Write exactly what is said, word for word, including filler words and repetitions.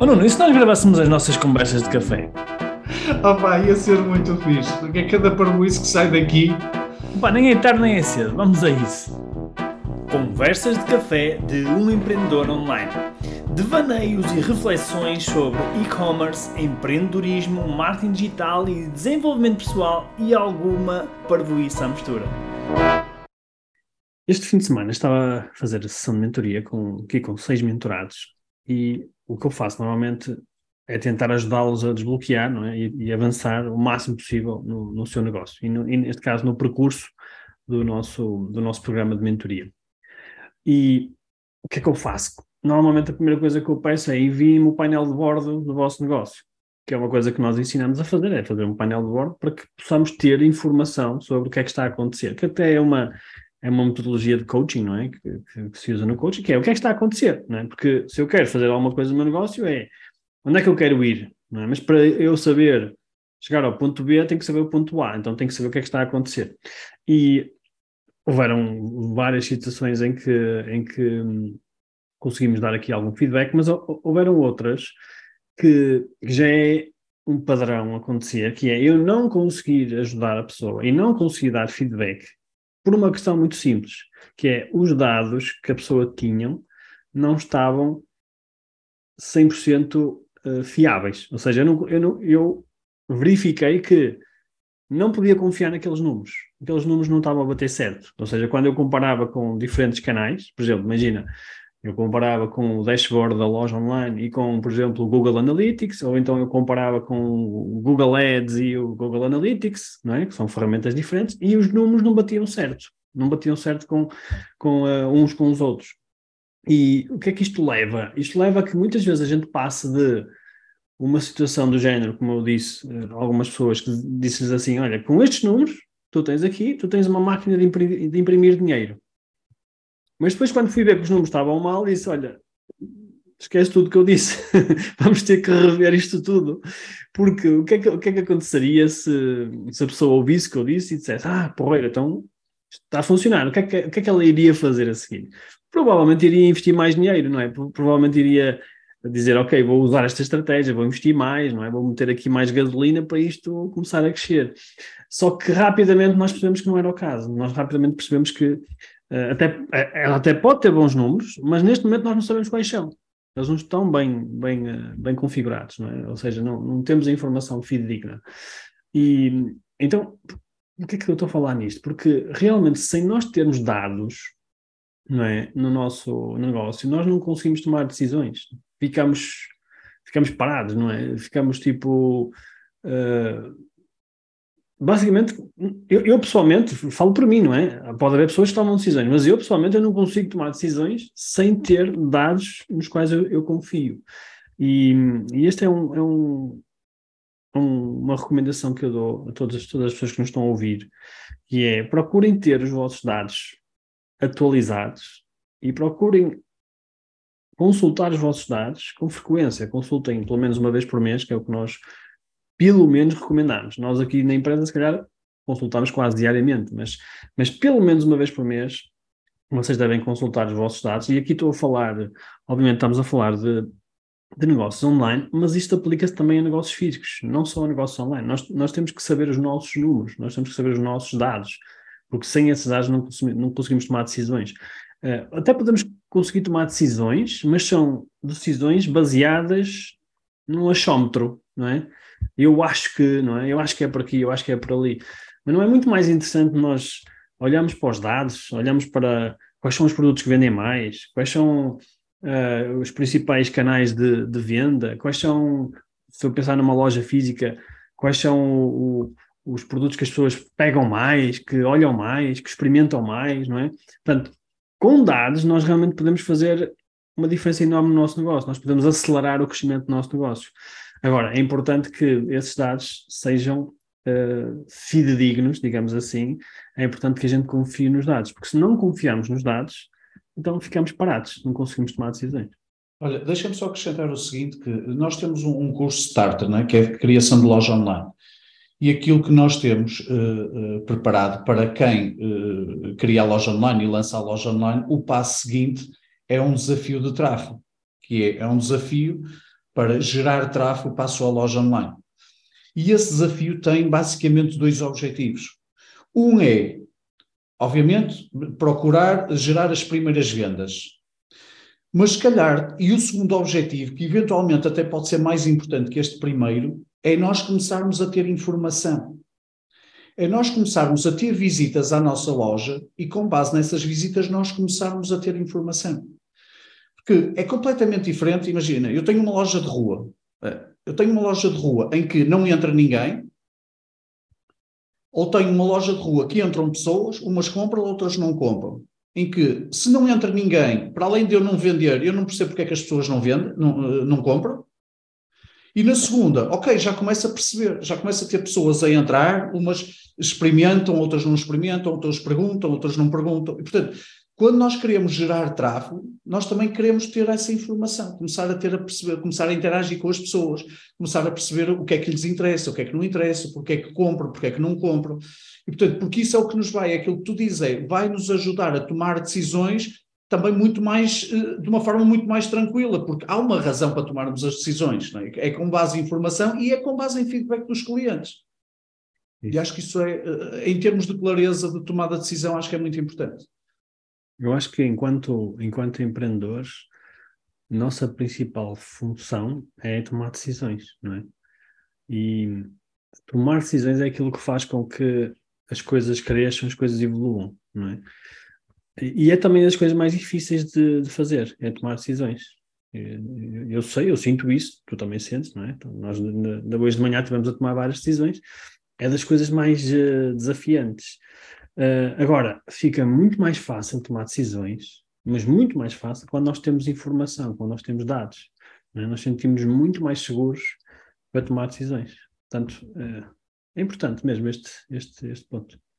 Oh Nuno, e se nós gravássemos as nossas conversas de café? Opa, ia ser muito fixe, porque é cada parboice que sai daqui. Pá, nem é tarde nem é cedo, vamos a isso. Conversas de café de um empreendedor online. Devaneios e reflexões sobre e-commerce, empreendedorismo, marketing digital e desenvolvimento pessoal e alguma parvoíce à mistura. Este fim de semana estava a fazer a sessão de mentoria com, aqui com seis mentorados e o que eu faço normalmente é tentar ajudá-los a desbloquear, não é? e, e avançar o máximo possível no, no seu negócio e, no, e neste caso no percurso do nosso, do nosso programa de mentoria. E o que é que eu faço? Normalmente a primeira coisa que eu peço é enviem-me o painel de bordo do vosso negócio, que é uma coisa que nós ensinamos a fazer, é fazer um painel de bordo para que possamos ter informação sobre o que é que está a acontecer, que até é uma, é uma metodologia de coaching, não é? Que, que, que se usa no coaching, que é o que é que está a acontecer, não é? Porque se eu quero fazer alguma coisa no meu negócio é onde é que eu quero ir, não é? Mas para eu saber chegar ao ponto B, tenho que saber o ponto A, então tenho que saber o que é que está a acontecer. E houveram várias situações em que, em que conseguimos dar aqui algum feedback, mas houveram outras que já é um padrão acontecer, que é eu não conseguir ajudar a pessoa e não conseguir dar feedback por uma questão muito simples, que é os dados que a pessoa tinha não estavam cem por cento fiáveis. Ou seja, eu, não, eu, não, eu verifiquei que não podia confiar naqueles números. Aqueles números não estavam a bater certo. Ou seja, quando eu comparava com diferentes canais, por exemplo, imagina, eu comparava com o dashboard da loja online e com, por exemplo, o Google Analytics, ou então eu comparava com o Google Ads e o Google Analytics, não é? Que são ferramentas diferentes, e os números não batiam certo. Não batiam certo com, com, uh, uns com os outros. E o que é que isto leva? Isto leva a que muitas vezes a gente passe de uma situação do género, como eu disse, algumas pessoas que disse-lhes assim, olha, com estes números, tu tens aqui, tu tens uma máquina de imprimir, de imprimir dinheiro. Mas depois, quando fui ver que os números estavam mal, disse, olha, esquece tudo o que eu disse, vamos ter que rever isto tudo. Porque o que é que, o que, é que aconteceria se, se a pessoa ouvisse o que eu disse e dissesse, ah, porreira, então está a funcionar, o que, é que, o que é que ela iria fazer a seguir? Provavelmente iria investir mais dinheiro, não é? Provavelmente iria dizer, ok, vou usar esta estratégia, vou investir mais, não é? Vou meter aqui mais gasolina para isto começar a crescer. Só que rapidamente nós percebemos que não era o caso. Nós rapidamente percebemos que uh, até, ela até pode ter bons números, mas neste momento nós não sabemos quais são. Eles não estão bem, bem, uh, bem configurados, não é? Ou seja, não, não temos a informação fidedigna. E então, por que é que eu estou a falar nisto? Porque realmente, sem nós termos dados, não é, no nosso negócio, nós não conseguimos tomar decisões. Ficamos, ficamos parados, não é? Ficamos tipo... Uh, basicamente, eu, eu pessoalmente, falo por mim, não é? Pode haver pessoas que tomam decisões, mas eu pessoalmente eu não consigo tomar decisões sem ter dados nos quais eu, eu confio. E, e este é um... É um Um, uma recomendação que eu dou a todas, todas as pessoas que nos estão a ouvir, que é procurem ter os vossos dados atualizados e procurem consultar os vossos dados com frequência. Consultem pelo menos uma vez por mês, que é o que nós pelo menos recomendamos. Nós aqui na empresa, se calhar, consultamos quase diariamente, mas, mas pelo menos uma vez por mês vocês devem consultar os vossos dados. E aqui estou a falar, obviamente estamos a falar de de negócios online, mas isto aplica-se também a negócios físicos, não só a negócios online. Nós, nós temos que saber os nossos números, nós temos que saber os nossos dados, porque sem esses dados não, não conseguimos tomar decisões. Uh, até podemos conseguir tomar decisões, mas são decisões baseadas num achómetro, não é? Eu acho que, não é? Eu acho que é por aqui, eu acho que é por ali. Mas não é muito mais interessante nós olharmos para os dados, olharmos para quais são os produtos que vendem mais, quais são Uh, os principais canais de, de venda, quais são, se eu pensar numa loja física, quais são o, o, os produtos que as pessoas pegam mais, que olham mais, que experimentam mais, não é? Portanto, com dados nós realmente podemos fazer uma diferença enorme no nosso negócio, nós podemos acelerar o crescimento do nosso negócio. Agora, é importante que esses dados sejam uh, fidedignos, digamos assim, é importante que a gente confie nos dados, porque se não confiarmos nos dados, então ficamos parados, não conseguimos tomar decisões. Olha, deixa-me só acrescentar o seguinte, que nós temos um, um curso Starter, né, que é de criação de loja online, e aquilo que nós temos uh, uh, preparado para quem uh, cria a loja online e lança a loja online, o passo seguinte é um desafio de tráfego, que é, é um desafio para gerar tráfego para a sua loja online. E esse desafio tem basicamente dois objetivos. Um é, obviamente, procurar gerar as primeiras vendas. Mas se calhar, e o segundo objetivo, que eventualmente até pode ser mais importante que este primeiro, é nós começarmos a ter informação. É nós começarmos a ter visitas à nossa loja e com base nessas visitas nós começarmos a ter informação. Porque é completamente diferente, imagina, eu tenho uma loja de rua, eu tenho uma loja de rua em que não entra ninguém, ou tenho uma loja de rua que entram pessoas, umas compram, outras não compram. Em que, se não entra ninguém, para além de eu não vender, eu não percebo porque é que as pessoas não vendem, não, não compram. E na segunda, ok, já começa a perceber, já começa a ter pessoas a entrar, umas experimentam, outras não experimentam, outras perguntam, outras não perguntam. E, portanto, quando nós queremos gerar tráfego, nós também queremos ter essa informação, começar a ter a perceber, começar a interagir com as pessoas, começar a perceber o que é que lhes interessa, o que é que não interessa, porque é que compram, porque é que não compram. E, portanto, porque isso é o que nos vai, é aquilo que tu dizes, é, vai nos ajudar a tomar decisões também muito mais, de uma forma muito mais tranquila, porque há uma razão para tomarmos as decisões, não é? É com base em informação e é com base em feedback dos clientes. Isso. E acho que isso é, em termos de clareza de tomada de decisão, acho que é muito importante. Eu acho que enquanto, enquanto empreendedores, nossa principal função é tomar decisões, não é? E tomar decisões é aquilo que faz com que as coisas cresçam, as coisas evoluam, não é? E é também das coisas mais difíceis de, de fazer, é tomar decisões. Eu, eu sei, eu sinto isso, tu também sentes, não é? Então, nós da hoje de manhã tivemos a tomar várias decisões, é das coisas mais uh, desafiantes. Uh, agora, fica muito mais fácil tomar decisões, mas muito mais fácil quando nós temos informação, quando nós temos dados. Não é? Nós sentimos muito mais seguros para tomar decisões. Portanto, uh, é importante mesmo este, este, este ponto.